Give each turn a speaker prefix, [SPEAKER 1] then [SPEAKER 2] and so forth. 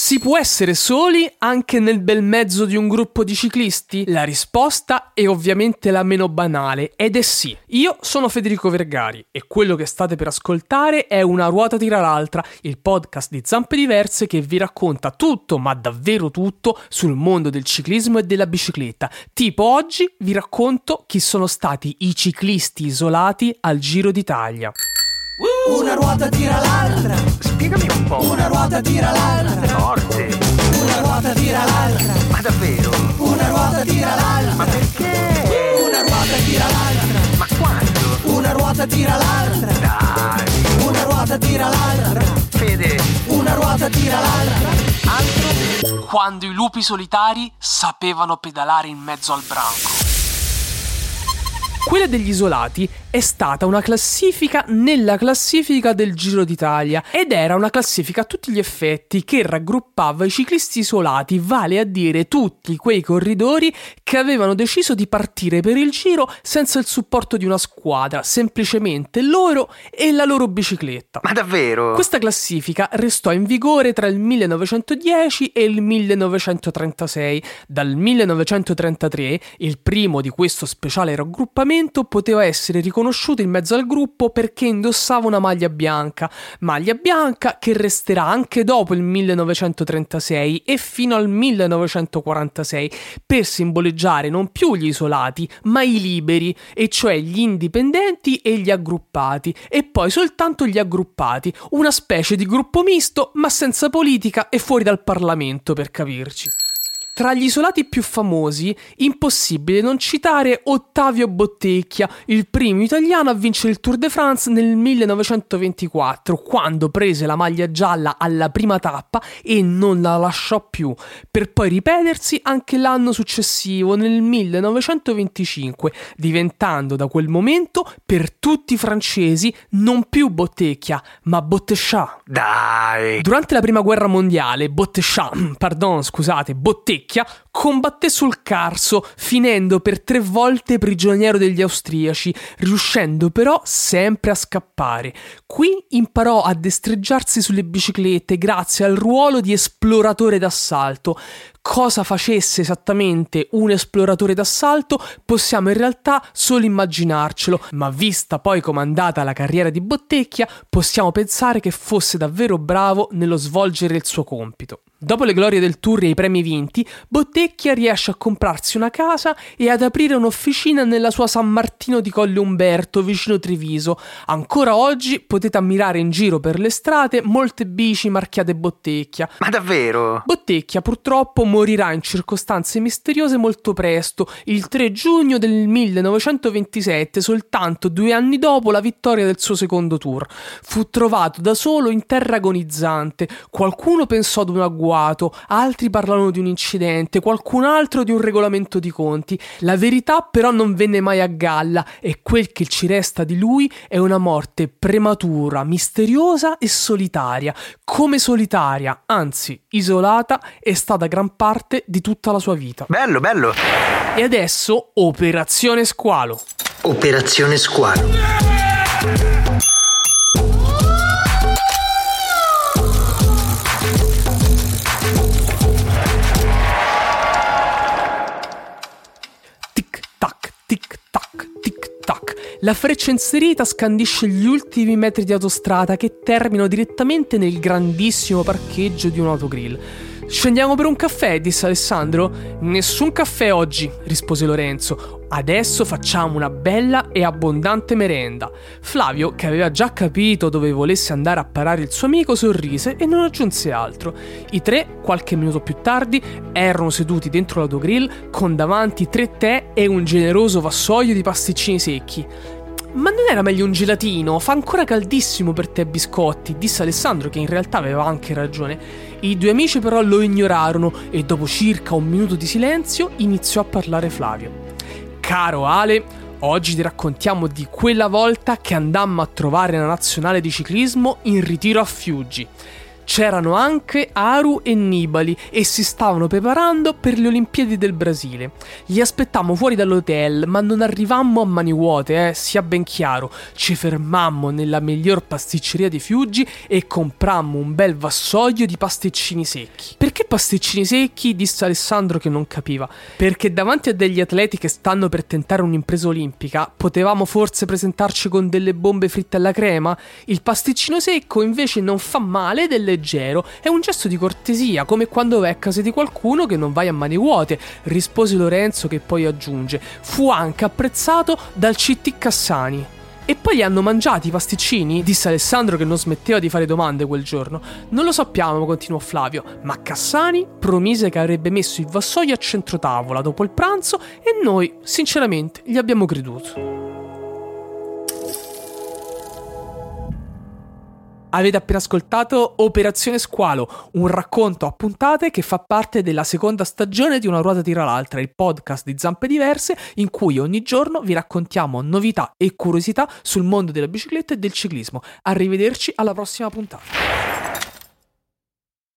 [SPEAKER 1] Si può essere soli anche nel bel mezzo di un gruppo di ciclisti? La risposta è ovviamente la meno banale, ed è sì. Io sono Federico Vergari e quello che state per ascoltare è Una ruota tira l'altra, il podcast di Zampe Diverse che vi racconta tutto, ma davvero tutto, sul mondo del ciclismo e della bicicletta. Tipo oggi vi racconto chi sono stati i ciclisti isolati al Giro d'Italia.
[SPEAKER 2] Una ruota tira l'altra.
[SPEAKER 3] Spiegami un po'.
[SPEAKER 2] Una ruota tira l'altra.
[SPEAKER 3] Forte.
[SPEAKER 2] Una ruota tira l'altra.
[SPEAKER 3] Ma davvero?
[SPEAKER 2] Una ruota tira l'altra.
[SPEAKER 3] Ma perché?
[SPEAKER 2] Una ruota tira l'altra.
[SPEAKER 3] Ma quando?
[SPEAKER 2] Una ruota tira l'altra.
[SPEAKER 3] Dai.
[SPEAKER 2] Una ruota tira l'altra.
[SPEAKER 3] Fede.
[SPEAKER 2] Una ruota tira l'altra.
[SPEAKER 3] Altro?
[SPEAKER 1] Quando i lupi solitari sapevano pedalare in mezzo al branco. Quella degli isolati è stata una classifica nella classifica del Giro d'Italia ed era una classifica a tutti gli effetti che raggruppava i ciclisti isolati, vale a dire tutti quei corridori che avevano deciso di partire per il Giro senza il supporto di una squadra, semplicemente loro e la loro bicicletta.
[SPEAKER 3] Ma davvero?
[SPEAKER 1] Questa classifica restò in vigore tra il 1910 e il 1936. Dal 1933, il primo di questo speciale raggruppamento poteva essere riconosciuto in mezzo al gruppo perché indossava una maglia bianca che resterà anche dopo il 1936 e fino al 1946 per simboleggiare non più gli isolati ma i liberi, e cioè gli indipendenti e gli aggruppati, e poi soltanto gli aggruppati, una specie di gruppo misto ma senza politica e fuori dal Parlamento, per capirci. Tra gli isolati più famosi, impossibile non citare Ottavio Bottecchia, il primo italiano a vincere il Tour de France nel 1924, quando prese la maglia gialla alla prima tappa e non la lasciò più, per poi ripetersi anche l'anno successivo, nel 1925, diventando da quel momento per tutti i francesi non più Bottecchia, ma Botteccia.
[SPEAKER 3] Dai.
[SPEAKER 1] Durante la prima guerra mondiale, Botteccia combatté sul Carso, finendo per 3 volte prigioniero degli austriaci, riuscendo però sempre a scappare. Qui imparò a destreggiarsi sulle biciclette grazie al ruolo di esploratore d'assalto. Cosa facesse esattamente un esploratore d'assalto possiamo in realtà solo immaginarcelo, ma vista poi com'è andata la carriera di Bottecchia, possiamo pensare che fosse davvero bravo nello svolgere il suo compito. Dopo le glorie del Tour e i premi vinti, Bottecchia riesce a comprarsi una casa e ad aprire un'officina nella sua San Martino di Colle Umberto, vicino Treviso. Ancora oggi potete ammirare in giro per le strade molte bici marchiate Bottecchia.
[SPEAKER 3] Ma davvero?
[SPEAKER 1] Bottecchia purtroppo morirà in circostanze misteriose molto presto, il 3 giugno del 1927, soltanto 2 anni dopo la vittoria del suo secondo Tour. Fu trovato da solo in terra agonizzante. Qualcuno pensò ad un agguato, altri parlarono di un incidente, qualcun altro di un regolamento di conti. La verità però non venne mai a galla e quel che ci resta di lui è una morte prematura, misteriosa e solitaria. Come solitaria, anzi isolata, è stata gran parte di tutta la sua vita.
[SPEAKER 3] Bello, bello.
[SPEAKER 1] E adesso Operazione Squalo.
[SPEAKER 3] Operazione Squalo.
[SPEAKER 1] La freccia inserita scandisce gli ultimi metri di autostrada che terminano direttamente nel grandissimo parcheggio di un autogrill. «Scendiamo per un caffè», disse Alessandro. «Nessun caffè oggi», rispose Lorenzo. «Adesso facciamo una bella e abbondante merenda». Flavio, che aveva già capito dove volesse andare a parare il suo amico, sorrise e non aggiunse altro. I 3, qualche minuto più tardi, erano seduti dentro l'autogrill con davanti 3 tè e un generoso vassoio di pasticcini secchi. «Ma non era meglio un gelatino? Fa ancora caldissimo per te e biscotti», disse Alessandro, che in realtà aveva anche ragione. I 2 amici però lo ignorarono e dopo circa 1 minuto di silenzio iniziò a parlare Flavio. «Caro Ale, oggi ti raccontiamo di quella volta che andammo a trovare la nazionale di ciclismo in ritiro a Fiuggi. C'erano anche Haru e Nibali e si stavano preparando per le Olimpiadi del Brasile. Li aspettammo fuori dall'hotel, ma non arrivammo a mani vuote, sia ben chiaro. Ci fermammo nella miglior pasticceria di Fiuggi e comprammo un bel vassoio di pasticcini secchi. Perché pasticcini secchi? Disse Alessandro che non capiva. Perché davanti a degli atleti che stanno per tentare un'impresa olimpica, potevamo forse presentarci con delle bombe fritte alla crema? Il pasticcino secco invece non fa male ed è leggero, è un gesto di cortesia, come quando vai a casa di qualcuno che non vai a mani vuote, rispose Lorenzo, che poi aggiunge: fu anche apprezzato dal CT Cassani. E poi li hanno mangiati i pasticcini? Disse Alessandro, che non smetteva di fare domande quel giorno. Non lo sappiamo, continuò Flavio, ma Cassani promise che avrebbe messo il vassoio a centro tavola dopo il pranzo e noi, sinceramente, gli abbiamo creduto. Avete appena ascoltato Operazione Squalo, un racconto a puntate che fa parte della seconda stagione di Una ruota tira l'altra, il podcast di Zampe Diverse, in cui ogni giorno vi raccontiamo novità e curiosità sul mondo della bicicletta e del ciclismo. Arrivederci alla prossima puntata.